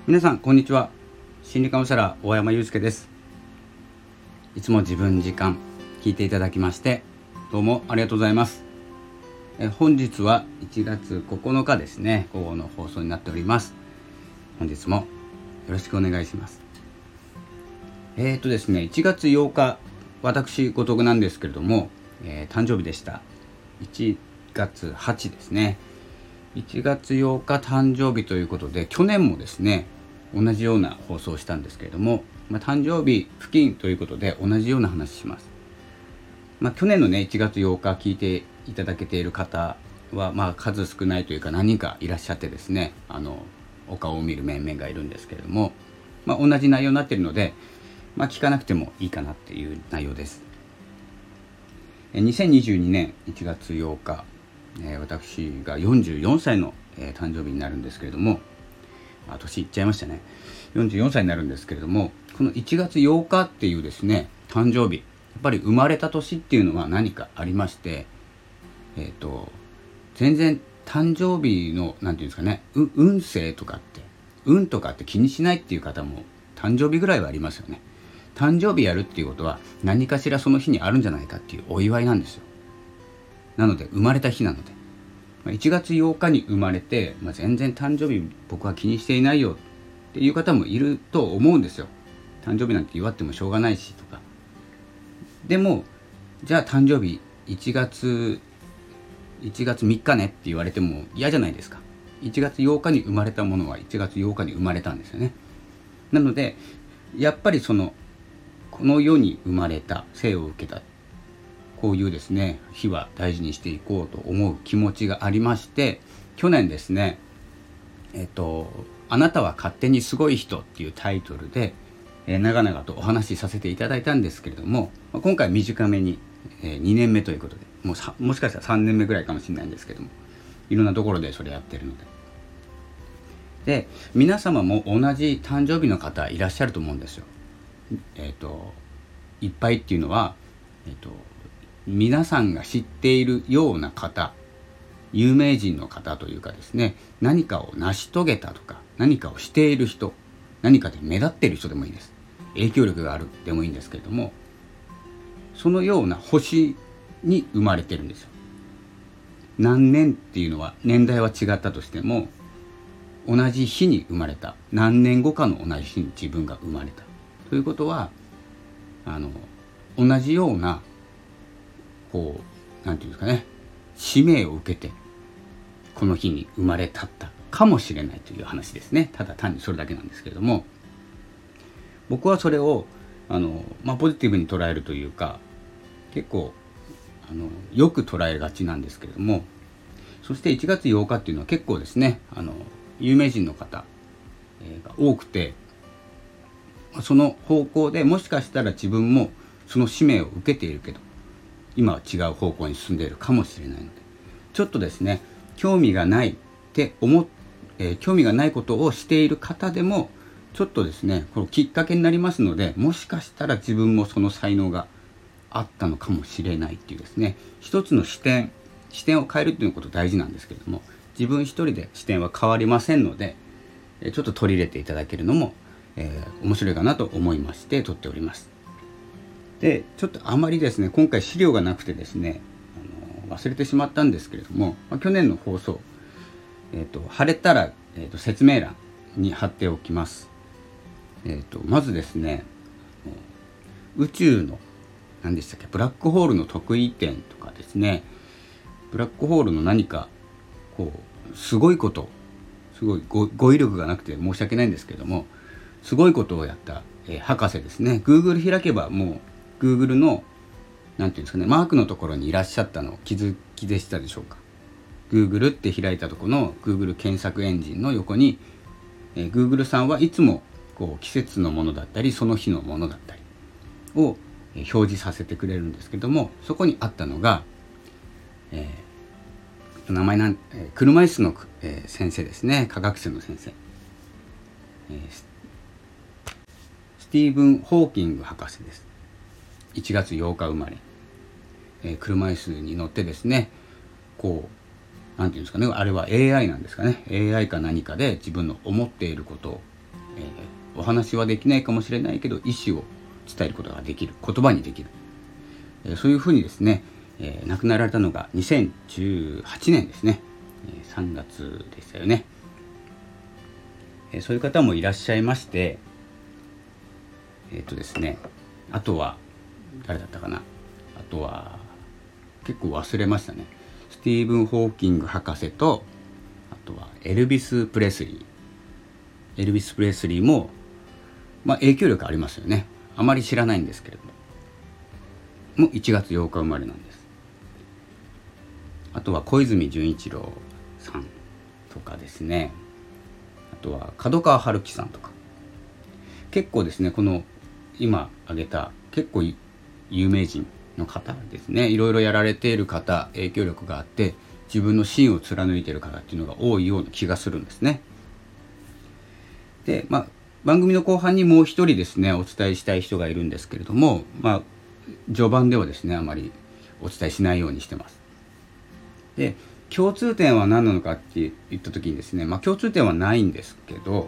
皆さんこんにちは。心理カウンセラー大山祐介です。いつも自分時間聞いていただきましてどうもありがとうございます。本日は1月9日ですね、午後の放送になっております。本日もよろしくお願いします。ですね、1月8日私ごとくなんですけれども、誕生日でした。1月8ですね。1月8日誕生日ということで、去年もですね同じような放送をしたんですけれども、誕生日付近ということで同じような話します。去年のね1月8日聞いていただけている方は数少ないというか何人かいらっしゃってですね、お顔を見る面々がいるんですけれども、同じ内容になっているので、聞かなくてもいいかなっていう内容です。2022年1月8日、私が44歳の、誕生日になるんですけれども、年いっちゃいましたね。44歳になるんですけれども、この1月8日っていうですね誕生日、やっぱり生まれた年っていうのは何かありまして、全然誕生日のなんていうんですかね、運勢とかって運とかって気にしないっていう方も誕生日ぐらいはありますよね。誕生日やるっていうことは何かしらその日にあるんじゃないかっていうお祝いなんですよ。なので生まれた日なので、1月8日に生まれて、全然誕生日僕は気にしていないよっていう方もいると思うんですよ。誕生日なんて祝ってもしょうがないしとか。でもじゃあ誕生日1月3日ねって言われても嫌じゃないですか。1月8日に生まれたものは1月8日に生まれたんですよね。なのでやっぱりこの世に生まれた、生を受けたこういうですね日は大事にしていこうと思う気持ちがありまして、去年ですねあなたは勝手にすごい人っていうタイトルで、長々とお話しさせていただいたんですけれども、今回短めに、2年目ということで、もしかしたら3年目ぐらいかもしれないんですけども、いろんなところでそれやってるので、皆様も同じ誕生日の方いらっしゃると思うんですよ。いっぱいっていうのは、皆さんが知っているような方、有名人の方というかですね、何かを成し遂げたとか何かをしている人、何かで目立っている人でもいいです。影響力があるでもいいんですけれども、そのような星に生まれてるんですよ。何年っていうのは年代は違ったとしても、同じ日に生まれた、何年後かの同じ日に自分が生まれたということは、同じようななんていうんですかね、使命を受けてこの日に生まれたったかもしれないという話ですね。ただ単にそれだけなんですけれども、僕はそれをポジティブに捉えるというか、結構よく捉えがちなんですけれども、そして1月8日っていうのは結構ですね有名人の方、が多くて、その方向でもしかしたら自分もその使命を受けているけど今は違う方向に進んでいるかもしれないので、ちょっとですね興味がないことをしている方でもちょっとですねこのきっかけになりますので、もしかしたら自分もその才能があったのかもしれないっていうですね、一つの視点を変えるということ大事なんですけれども、自分一人で視点は変わりませんので、ちょっと取り入れていただけるのも、面白いかなと思いまして撮っております。でちょっとあまりですね今回資料がなくてですね忘れてしまったんですけれども、去年の放送、貼れたら、説明欄に貼っておきます。まずですね宇宙の何でしたっけ、ブラックホールの得意点とかですね、ブラックホールの何かすごいこと、すごい語彙力がなくて申し訳ないんですけれども、すごいことをやった、博士ですね。 Google 開けばもう Google のなんていうんですかね、マークのところにいらっしゃったのを気づきでしたでしょうか。 Google って開いたところの Google 検索エンジンの横に、Google さんはいつも季節のものだったりその日のものだったりを、表示させてくれるんですけども、そこにあったのが、名前車椅子の、先生ですね、科学者の先生、スティーブン・ホーキング博士です。1月8日生まれ、車椅子に乗ってですね、なんていうんですかね、あれは AI なんですかね、 AI か何かで自分の思っていることをお話はできないかもしれないけど意思を伝えることができる、言葉にできる、そういうふうにですね、亡くなられたのが2018年ですね、3月でしたよね。そういう方もいらっしゃいまして、ですね、あとは誰だったかな、あとは結構忘れましたね。スティーブン・ホーキング博士と、あとはエルビス・プレスリーも、影響力ありますよね。あまり知らないんですけれども1月8日生まれなんです。あとは小泉純一郎さんとかですね、あとは角川春樹さんとか、結構ですね、この今挙げた結構有名人の方ですね、いろいろやられている方、影響力があって自分の芯を貫いている方っていうのが多いような気がするんですね。で、番組の後半にもう一人ですねお伝えしたい人がいるんですけれども、序盤ではですねあまりお伝えしないようにしてます。で、共通点は何なのかって言った時にですね、共通点はないんですけど、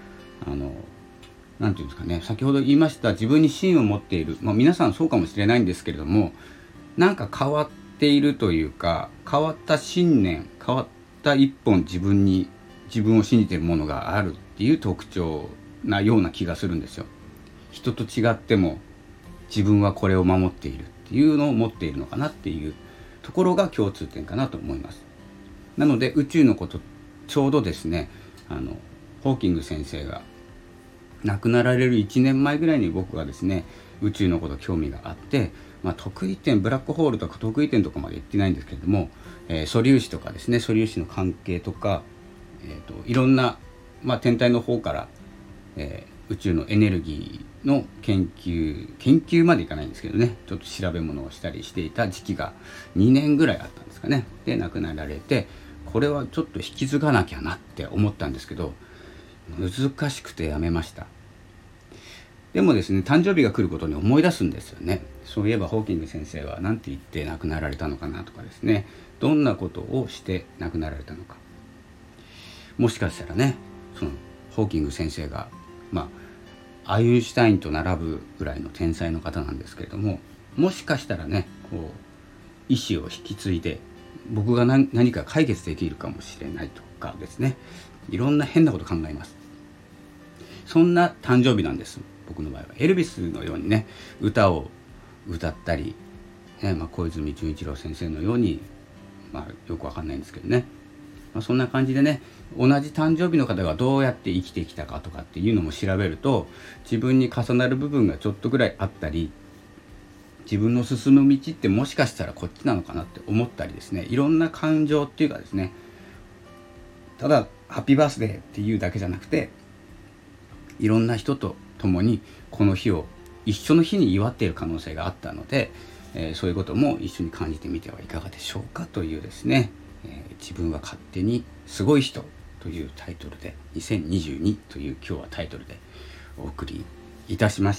なんていうんですかね、先ほど言いました自分に芯を持っている、皆さんそうかもしれないんですけれども、なんか変わっているというか、変わった信念、変わった一本自分を信じているものがあるっていう特徴なような気がするんですよ。人と違っても自分はこれを守っているっていうのを持っているのかなっていうところが共通点かなと思います。なので宇宙のこと、ちょうどですねホーキング先生が亡くなられる1年前ぐらいに僕はですね宇宙のこと興味があって、得意点ブラックホールとか得意点とかまで言ってないんですけれども、素粒子とかですね、素粒子の関係とか、いろんな、天体の方から、宇宙のエネルギーの研究までいかないんですけどね、ちょっと調べ物をしたりしていた時期が2年ぐらいあったんですかね。で亡くなられて、これはちょっと引き継がなきゃなって思ったんですけど難しくてやめました。でもですね、誕生日が来ることに思い出すんですよね。そういえばホーキング先生は何て言って亡くなられたのかなとかですね、どんなことをして亡くなられたのか、もしかしたらね、そのホーキング先生がアインシュタインと並ぶぐらいの天才の方なんですけれども、もしかしたらね意思を引き継いで僕が何か解決できるかもしれないとかですね、いろんな変なこと考えます。そんな誕生日なんです。僕の場合はエルビスのようにね歌を歌ったり、小泉純一郎先生のように、よくわかんないんですけどね、そんな感じでね、同じ誕生日の方がどうやって生きてきたかとかっていうのも調べると自分に重なる部分がちょっとぐらいあったり、自分の進む道ってもしかしたらこっちなのかなって思ったりですね、いろんな感情っていうかですね、ただハッピーバースデーっていうだけじゃなくて、いろんな人と共にこの日を一緒の日に祝っている可能性があったので、そういうことも一緒に感じてみてはいかがでしょうかというですね、自分は勝手にすごい人というタイトルで2022という今日はタイトルでお送りいたしました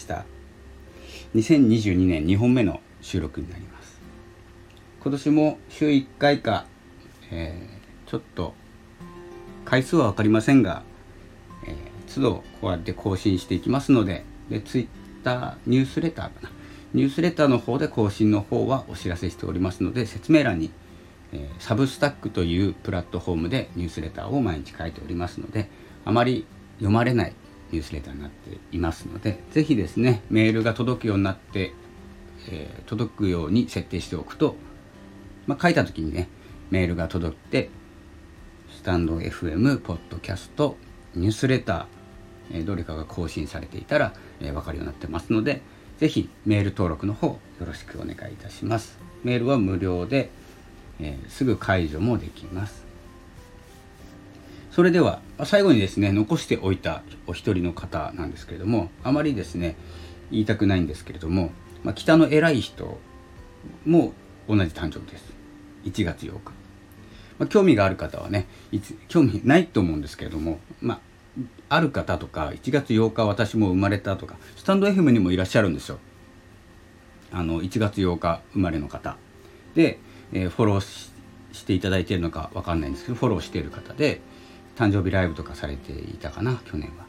。2022年2本目の収録になります。今年も週1回か、ちょっと回数は分かりませんが、都度こうやって更新していきますので、ツイッターニュースレターかな、ニュースレターの方で更新の方はお知らせしておりますので、説明欄に、サブスタックというプラットフォームでニュースレターを毎日書いておりますので、あまり読まれないニュースレターになっていますので、ぜひですねメールが届くようになって、届くように設定しておくと、書いた時にねメールが届いて、スタンド FM、ポッドキャスト、ニュースレター、どれかが更新されていたら、分かるようになってますので、ぜひメール登録の方よろしくお願いいたします。メールは無料で、すぐ解除もできます。それでは最後にですね残しておいたお一人の方なんですけれども、あまりですね言いたくないんですけれども、北の偉い人も同じ誕生日です。1月8日、興味がある方はね、興味ないと思うんですけれども、ある方とか1月8日私も生まれたとか、スタンド FM にもいらっしゃるんですよ。1月8日生まれの方で、フォローしていただいているのか分かんないんですけど、フォローしている方で誕生日ライブとかされていたかな、去年は。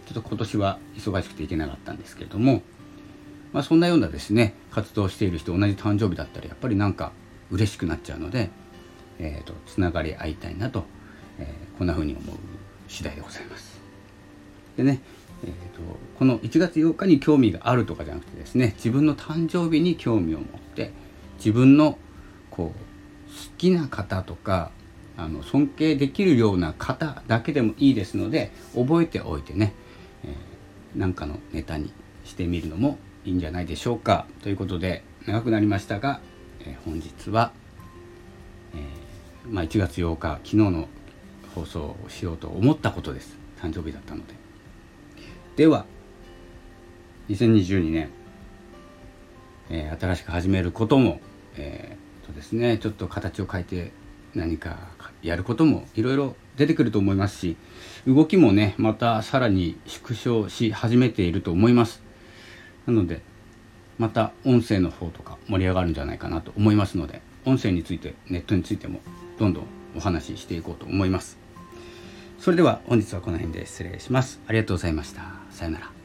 ちょっと今年は忙しくて行けなかったんですけれども、そんなようなですね活動をしている人、同じ誕生日だったらやっぱりなんか嬉しくなっちゃうので、つながり合いたいなと、こんな風に思う次第でございます。でね、この1月8日に興味があるとかじゃなくてですね、自分の誕生日に興味を持って自分の好きな方とか尊敬できるような方だけでもいいですので、覚えておいてね、なんかのネタにしてみるのもいいんじゃないでしょうか。ということで長くなりましたが、本日は、1月8日昨日の放送をしようと思ったことです。誕生日だったので。では2022年、新しく始めることも、ですね、ちょっと形を変えて何かやることもいろいろ出てくると思いますし、動きもねまたさらに縮小し始めていると思います。なのでまた音声の方とか盛り上がるんじゃないかなと思いますので、音声についてネットについてもどんどんお話ししていこうと思います。それでは本日はこの辺で失礼します。ありがとうございました。さよなら。